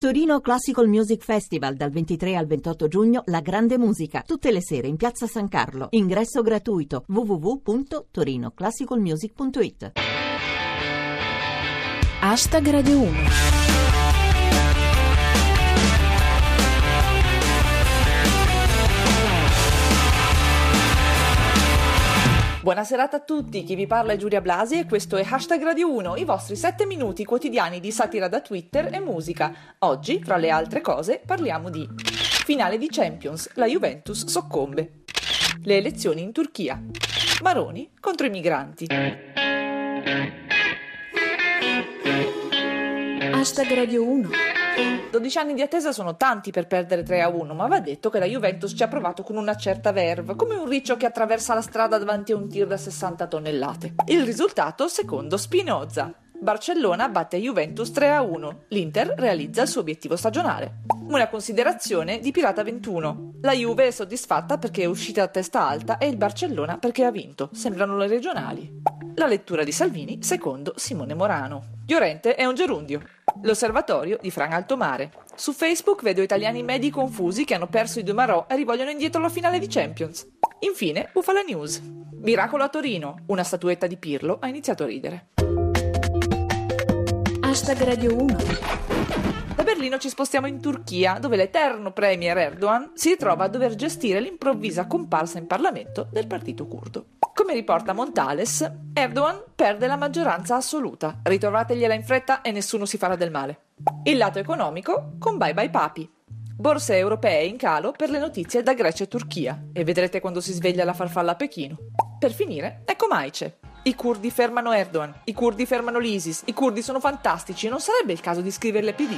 Torino Classical Music Festival dal 23 al 28 giugno, la grande musica, tutte le sere in Piazza San Carlo. Ingresso gratuito, www.torinoclassicalmusic.it. #Radio 1. Buona serata a tutti, chi vi parla è Giulia Blasi e questo è #Radio 1, i vostri 7 minuti quotidiani di satira da Twitter e musica. Oggi, fra le altre cose, parliamo di finale di Champions, la Juventus soccombe, le elezioni in Turchia, Maroni contro i migranti. #Radio 1. 12 anni di attesa sono tanti per perdere 3-1, ma va detto che la Juventus ci ha provato con una certa verve, come un riccio che attraversa la strada davanti a un tir da 60 tonnellate. Il risultato, secondo Spinoza: Barcellona batte Juventus 3-1, l'Inter realizza il suo obiettivo stagionale. Una considerazione di Pirata 21: la Juve è soddisfatta perché è uscita a testa alta e il Barcellona perché ha vinto, sembrano le regionali. La lettura di Salvini, secondo Simone Morano. Llorente è un gerundio. L'osservatorio di Fran Altomare. Su Facebook vedo italiani medi confusi che hanno perso i due Marò e rivogliono indietro la finale di Champions. Infine, Bufala News. Miracolo a Torino, una statuetta di Pirlo ha iniziato a ridere. #Radio 1. Da Berlino ci spostiamo in Turchia, dove l'eterno premier Erdogan si ritrova a dover gestire l'improvvisa comparsa in Parlamento del partito curdo. Come riporta Montales, Erdogan perde la maggioranza assoluta, ritrovategliela in fretta e nessuno si farà del male. Il lato economico con bye bye papi. Borse europee in calo per le notizie da Grecia e Turchia, e vedrete quando si sveglia la farfalla a Pechino. Per finire, ecco Maice. I curdi fermano Erdogan, i curdi fermano l'ISIS, i curdi sono fantastici, non sarebbe il caso di scriverle PD?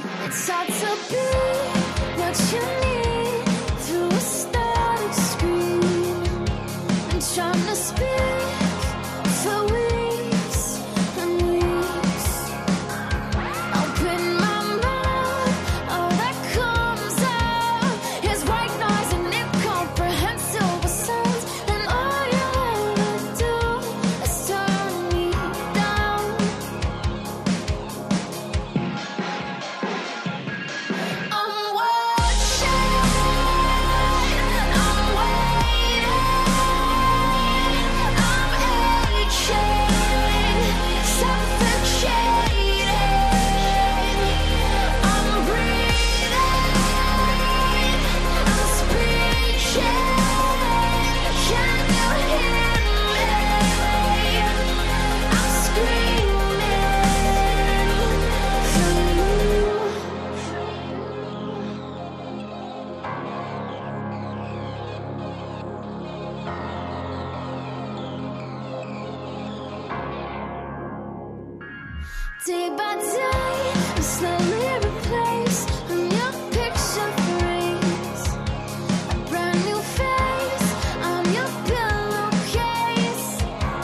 Day by day, I slowly replace your picture frames. A brand new face on your pillowcase.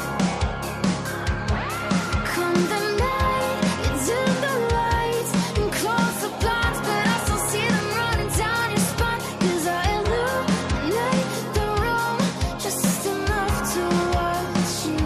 Come the night, you dim the lights and close the blinds, but I still see them running down your spine. 'Cause I illuminate the room just enough to watch you.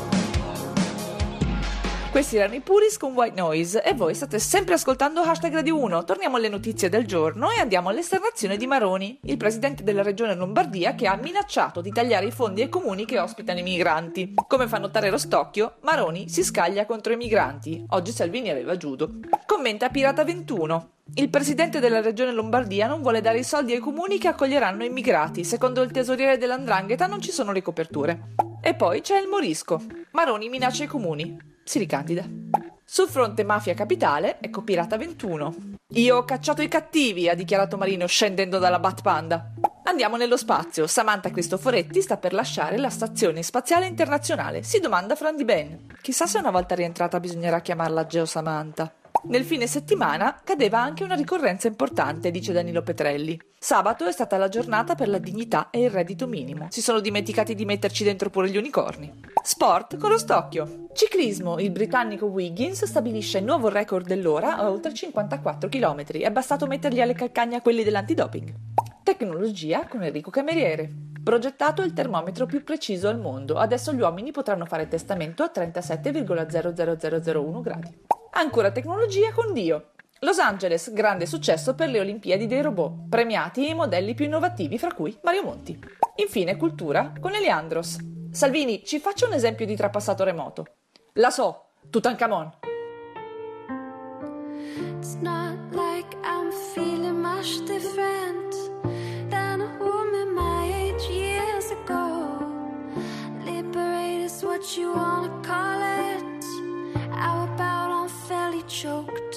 Questi erano i Puris con White Noise e voi state sempre ascoltando #Radio 1. Torniamo alle notizie del giorno e andiamo all'esternazione di Maroni, il presidente della regione Lombardia che ha minacciato di tagliare i fondi ai comuni che ospitano i migranti. Come fa notare Rostocchio, Maroni si scaglia contro i migranti. Oggi Salvini aveva judo. Commenta Pirata 21. Il presidente della regione Lombardia non vuole dare i soldi ai comuni che accoglieranno immigrati. Secondo il tesoriere dell''ndrangheta non ci sono le coperture. E poi c'è il morisco. Maroni minaccia i comuni. Si ricandida. Sul fronte mafia capitale, ecco Pirata 21. Io ho cacciato i cattivi, ha dichiarato Marino scendendo dalla Bat Panda. Andiamo nello spazio. Samantha Cristoforetti sta per lasciare la Stazione Spaziale Internazionale. Si domanda Fran Di Ben. Chissà se una volta rientrata bisognerà chiamarla Geo Samantha. Nel fine settimana cadeva anche una ricorrenza importante, dice Danilo Petrelli. Sabato è stata la giornata per la dignità e il reddito minimo. Si sono dimenticati di metterci dentro pure gli unicorni. Sport con Rostocchio. Ciclismo, il britannico Wiggins stabilisce il nuovo record dell'ora a oltre 54 km. È bastato mettergli alle calcagna quelli dell'antidoping. Tecnologia con Enrico Cameriere. Progettato il termometro più preciso al mondo. Adesso gli uomini potranno fare testamento a 37,00001 gradi. Ancora tecnologia con Dio. Los Angeles, grande successo per le Olimpiadi dei robot, premiati i modelli più innovativi, fra cui Mario Monti. Infine, cultura con Eliandros. Salvini, ci faccia un esempio di trapassato remoto. La so, Tutankhamon. It's not like I'm feeling much different than a woman my age years ago. Liberate is what you wanna call it. How about unfairly choked?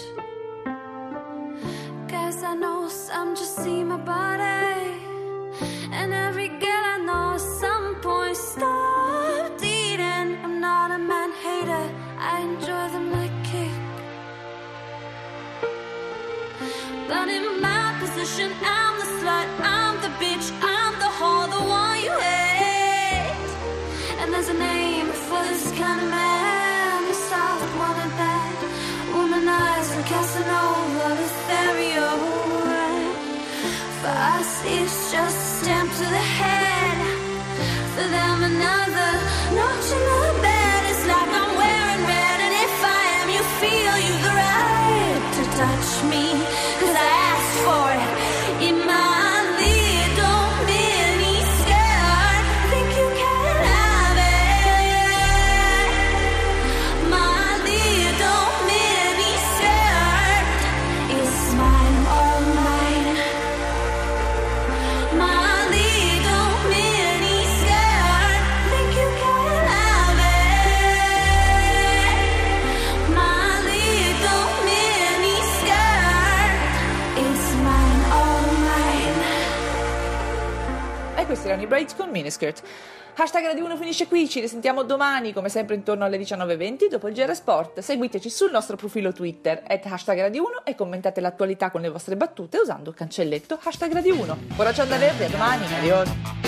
'Cause I know some just see my body, and every girl I know at some point stopped eating. I'm not a man hater, I enjoy them like cake. But in my position, I'm the slut, I'm the bitch, I'm the whore, the one you hate. And there's a name for this kind of man, the soft one at that, womanizer, Casanova, Lothario. For us, it's just a stamp to the head. For them, another notch in the bed. It's like I'm wearing red, and if I am, you feel you've the right to touch me. 'Cause I asked for it in my little mini skirt. Think you can have it? My little mini skirt is mine, all mine. My little mini skirt. Think you can have it? My little mini skirt. It's mine, all mine. E questi erano i Braids con Miniskirt. Hashtag Radio 1 finisce qui, ci risentiamo domani come sempre intorno alle 19:20 dopo il GR Sport. Seguiteci sul nostro profilo Twitter @hashtag Radio 1 e commentate l'attualità con le vostre battute usando il cancelletto hashtag Radio 1. Coraggio da verde, a domani, adios!